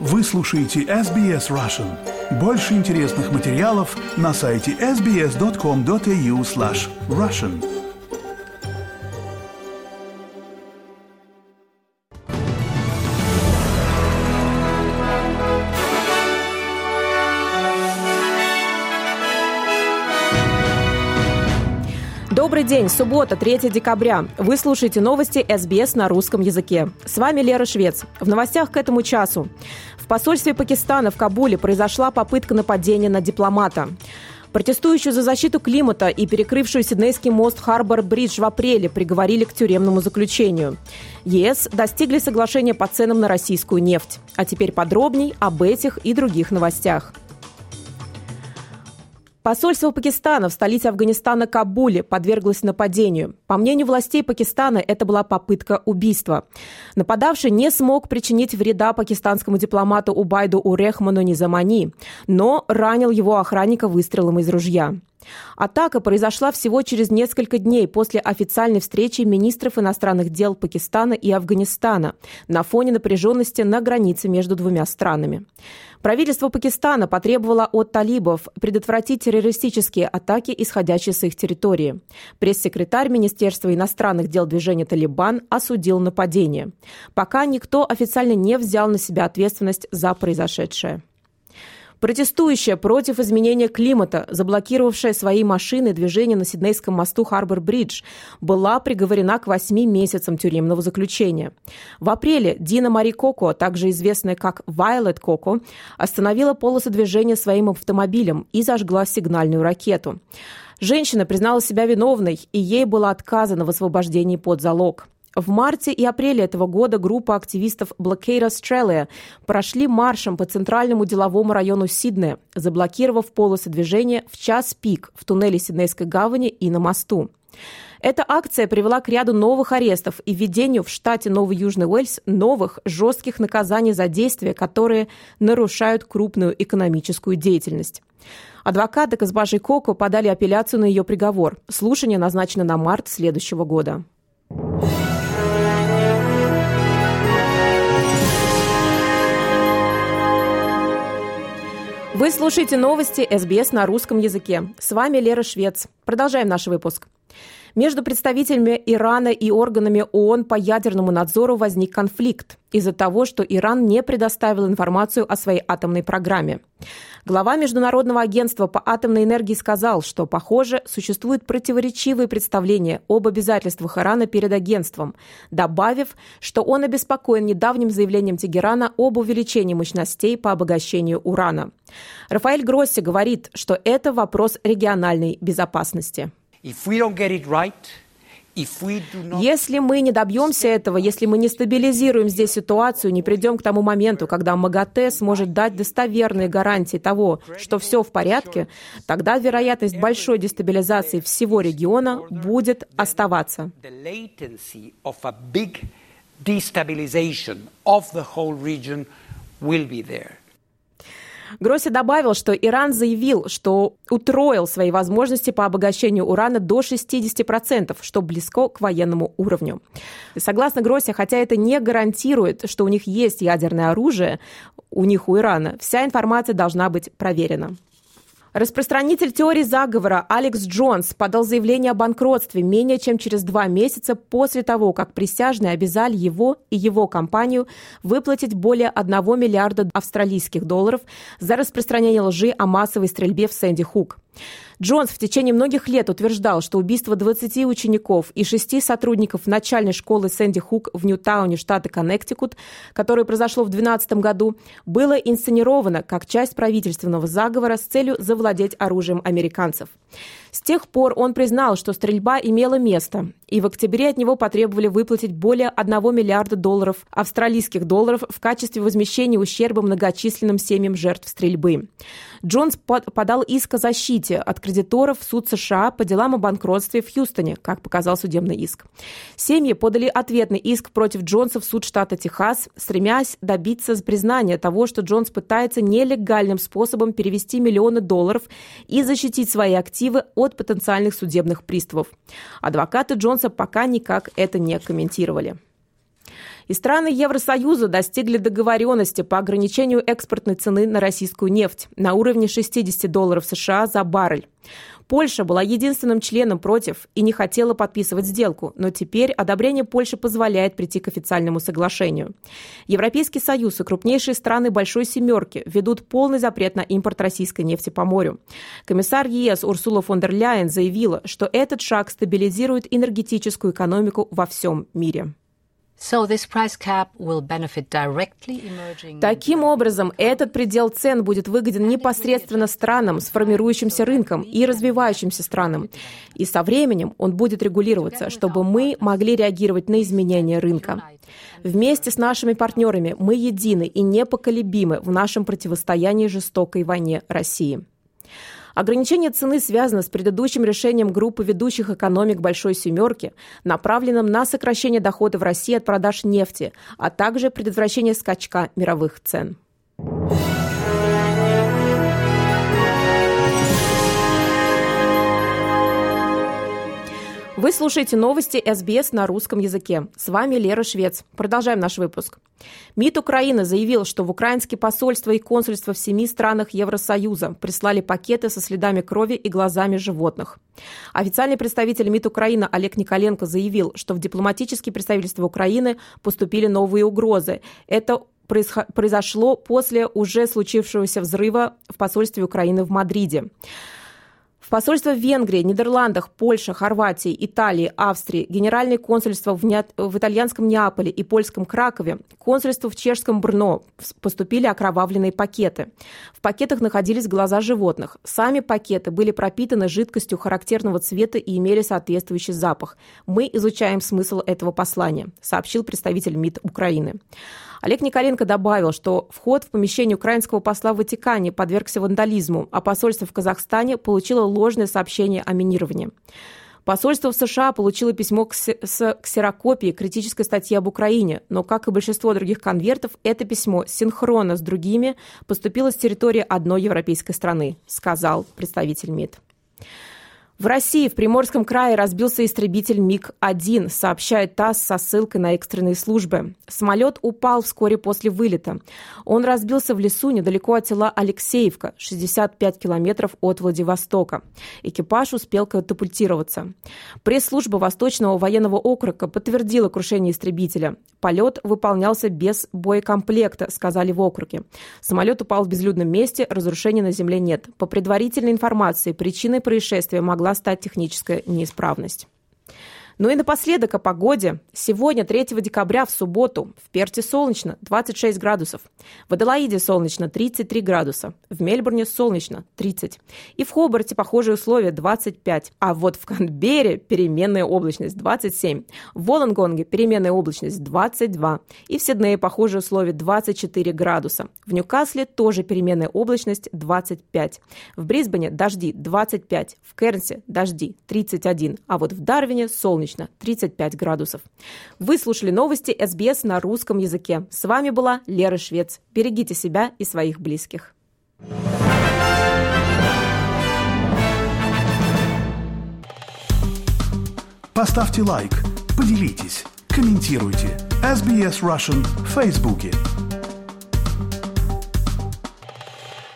Вы слушаете SBS Russian. Больше интересных материалов на сайте sbs.com.au/russian. Добрый день, суббота, 3 декабря. Вы слушаете новости СБС на русском языке. С вами Лера Швец. В новостях к этому часу. В посольстве Пакистана в Кабуле произошла попытка нападения на дипломата. Протестующую за защиту климата и перекрывшую Сиднейский мост Харбор-Бридж в апреле приговорили к тюремному заключению. ЕС достигли соглашения по ценам на российскую нефть. А теперь подробней об этих и других новостях. Посольство Пакистана в столице Афганистана Кабуле подверглось нападению. По мнению властей Пакистана, это была попытка убийства. Нападавший не смог причинить вреда пакистанскому дипломату Убайду Урехману Низамани, но ранил его охранника выстрелом из ружья. Атака произошла всего через несколько дней после официальной встречи министров иностранных дел Пакистана и Афганистана на фоне напряженности на границе между двумя странами. Правительство Пакистана потребовало от талибов предотвратить террористические атаки, исходящие с их территории. Пресс-секретарь Министерства иностранных дел движения «Талибан» осудил нападение. Пока никто официально не взял на себя ответственность за произошедшее. Протестующая против изменения климата, заблокировавшая свои машины движение на Сиднейском мосту Харбор-Бридж, была приговорена к 8 месяцам тюремного заключения. В апреле Дина Мари Коко, также известная как Вайолет Коко, остановила полосы движения своим автомобилем и зажгла сигнальную ракету. Женщина признала себя виновной, и ей было отказано в освобождении под залог. В марте и апреле этого года группа активистов Blockade Australia прошли маршем по центральному деловому району Сиднея, заблокировав полосы движения в час пик в туннеле Сиднейской гавани и на мосту. Эта акция привела к ряду новых арестов и введению в штате Новый Южный Уэльс новых жестких наказаний за действия, которые нарушают крупную экономическую деятельность. Адвокаты госпожи Коко подали апелляцию на ее приговор. Слушание назначено на март следующего года. Вы слушаете новости СБС на русском языке. С вами Лера Швец. Продолжаем наш выпуск. Между представителями Ирана и органами ООН по ядерному надзору возник конфликт из-за того, что Иран не предоставил информацию о своей атомной программе. Глава Международного агентства по атомной энергии сказал, что, похоже, существуют противоречивые представления об обязательствах Ирана перед агентством, добавив, что он обеспокоен недавним заявлением Тегерана об увеличении мощностей по обогащению урана. Рафаэль Гросси говорит, что это вопрос региональной безопасности. Если мы не добьемся этого, если мы не стабилизируем здесь ситуацию, не придем к тому моменту, когда МАГАТЭ сможет дать достоверные гарантии того, что все в порядке, тогда вероятность большой дестабилизации всего региона будет оставаться. Гросси добавил, что Иран заявил, что утроил свои возможности по обогащению урана до 60%, что близко к военному уровню. Согласно Гросси, хотя это не гарантирует, что у них есть ядерное оружие, у Ирана, вся информация должна быть проверена. Распространитель теории заговора Алекс Джонс подал заявление о банкротстве менее чем через 2 месяца после того, как присяжные обязали его и его компанию выплатить более $1 миллиарда австралийских долларов за распространение лжи о массовой стрельбе в Сэнди-Хук. Джонс в течение многих лет утверждал, что убийство 20 учеников и 6 сотрудников начальной школы Сэнди-Хук в Ньютауне, штата Коннектикут, которое произошло в 2012 году, было инсценировано как часть правительственного заговора с целью завладеть оружием американцев. С тех пор он признал, что стрельба имела место, и в октябре от него потребовали выплатить более $1 миллиарда австралийских долларов в качестве возмещения ущерба многочисленным семьям жертв стрельбы. Джонс подал иск о защите от кредиторов в суд США по делам о банкротстве в Хьюстоне, как показал судебный иск. Семьи подали ответный иск против Джонса в суд штата Техас, стремясь добиться признания того, что Джонс пытается нелегальным способом перевести миллионы долларов и защитить свои активы от потенциальных судебных приставов. Адвокаты Джонса пока никак это не комментировали. И страны Евросоюза достигли договоренности по ограничению экспортной цены на российскую нефть на уровне $60 США за баррель. Польша была единственным членом против и не хотела подписывать сделку, но теперь одобрение Польши позволяет прийти к официальному соглашению. Европейский Союз и крупнейшие страны Большой Семерки ведут полный запрет на импорт российской нефти по морю. Комиссар ЕС Урсула фон дер Ляйен заявила, что этот шаг стабилизирует энергетическую экономику во всем мире. Таким образом, этот предел цен будет выгоден непосредственно странам с формирующимся рынком и развивающимся странам. И со временем он будет регулироваться, чтобы мы могли реагировать на изменения рынка. Вместе с нашими партнерами мы едины и непоколебимы в нашем противостоянии жестокой войне России. Ограничение цены связано с предыдущим решением группы ведущих экономик Большой Семерки, направленным на сокращение доходов России от продаж нефти, а также предотвращение скачка мировых цен. Вы слушаете новости СБС на русском языке. С вами Лера Швец. Продолжаем наш выпуск. МИД Украины заявил, что в украинские посольства и консульства в 7 странах Евросоюза прислали пакеты со следами крови и глазами животных. Официальный представитель МИД Украины Олег Николенко заявил, что в дипломатические представительства Украины поступили новые угрозы. Это произошло после уже случившегося взрыва в посольстве Украины в Мадриде. В посольства в Венгрии, Нидерландах, Польше, Хорватии, Италии, Австрии, генеральные консульства в итальянском Неаполе и польском Кракове, консульство в чешском Брно поступили окровавленные пакеты. В пакетах находились глаза животных. Сами пакеты были пропитаны жидкостью характерного цвета и имели соответствующий запах. Мы изучаем смысл этого послания, сообщил представитель МИД Украины. Олег Николенко добавил, что вход в помещение украинского посла в Ватикане подвергся вандализму, а посольство в Казахстане получило ложное сообщение о минировании. Посольство в США получило письмо с ксерокопией критической статьи об Украине, но, как и большинство других конвертов, это письмо синхронно с другими поступило с территории одной европейской страны, сказал представитель МИД. В России в Приморском крае разбился истребитель МиГ-1, сообщает ТАСС со ссылкой на экстренные службы. Самолет упал вскоре после вылета. Он разбился в лесу недалеко от села Алексеевка, 65 километров от Владивостока. Экипаж успел катапультироваться. Пресс-служба Восточного военного округа подтвердила крушение истребителя. Полет выполнялся без боекомплекта, сказали в округе. Самолет упал в безлюдном месте, разрушений на земле нет. По предварительной информации, причиной происшествия могла стать техническая неисправность. Ну и напоследок о погоде. Сегодня, 3 декабря, в субботу, в Перте солнечно, 26 градусов. В Аделаиде солнечно, 33 градуса. В Мельбурне солнечно, 30. И в Хобарте похожие условия, 25. А вот в Канберре переменная облачность, 27. В Волонгонге переменная облачность, 22. И в Сиднее похожие условия, 24 градуса. В Ньюкасле тоже переменная облачность, 25. В Брисбене дожди, 25. В Кернсе дожди, 31. А вот в Дарвине солнечно, 35 градусов. Вы слушали новости СБС на русском языке. С вами была Лера Швец. Берегите себя и своих близких. Поставьте лайк, поделитесь, комментируйте. SBS Russian в Фейсбуке.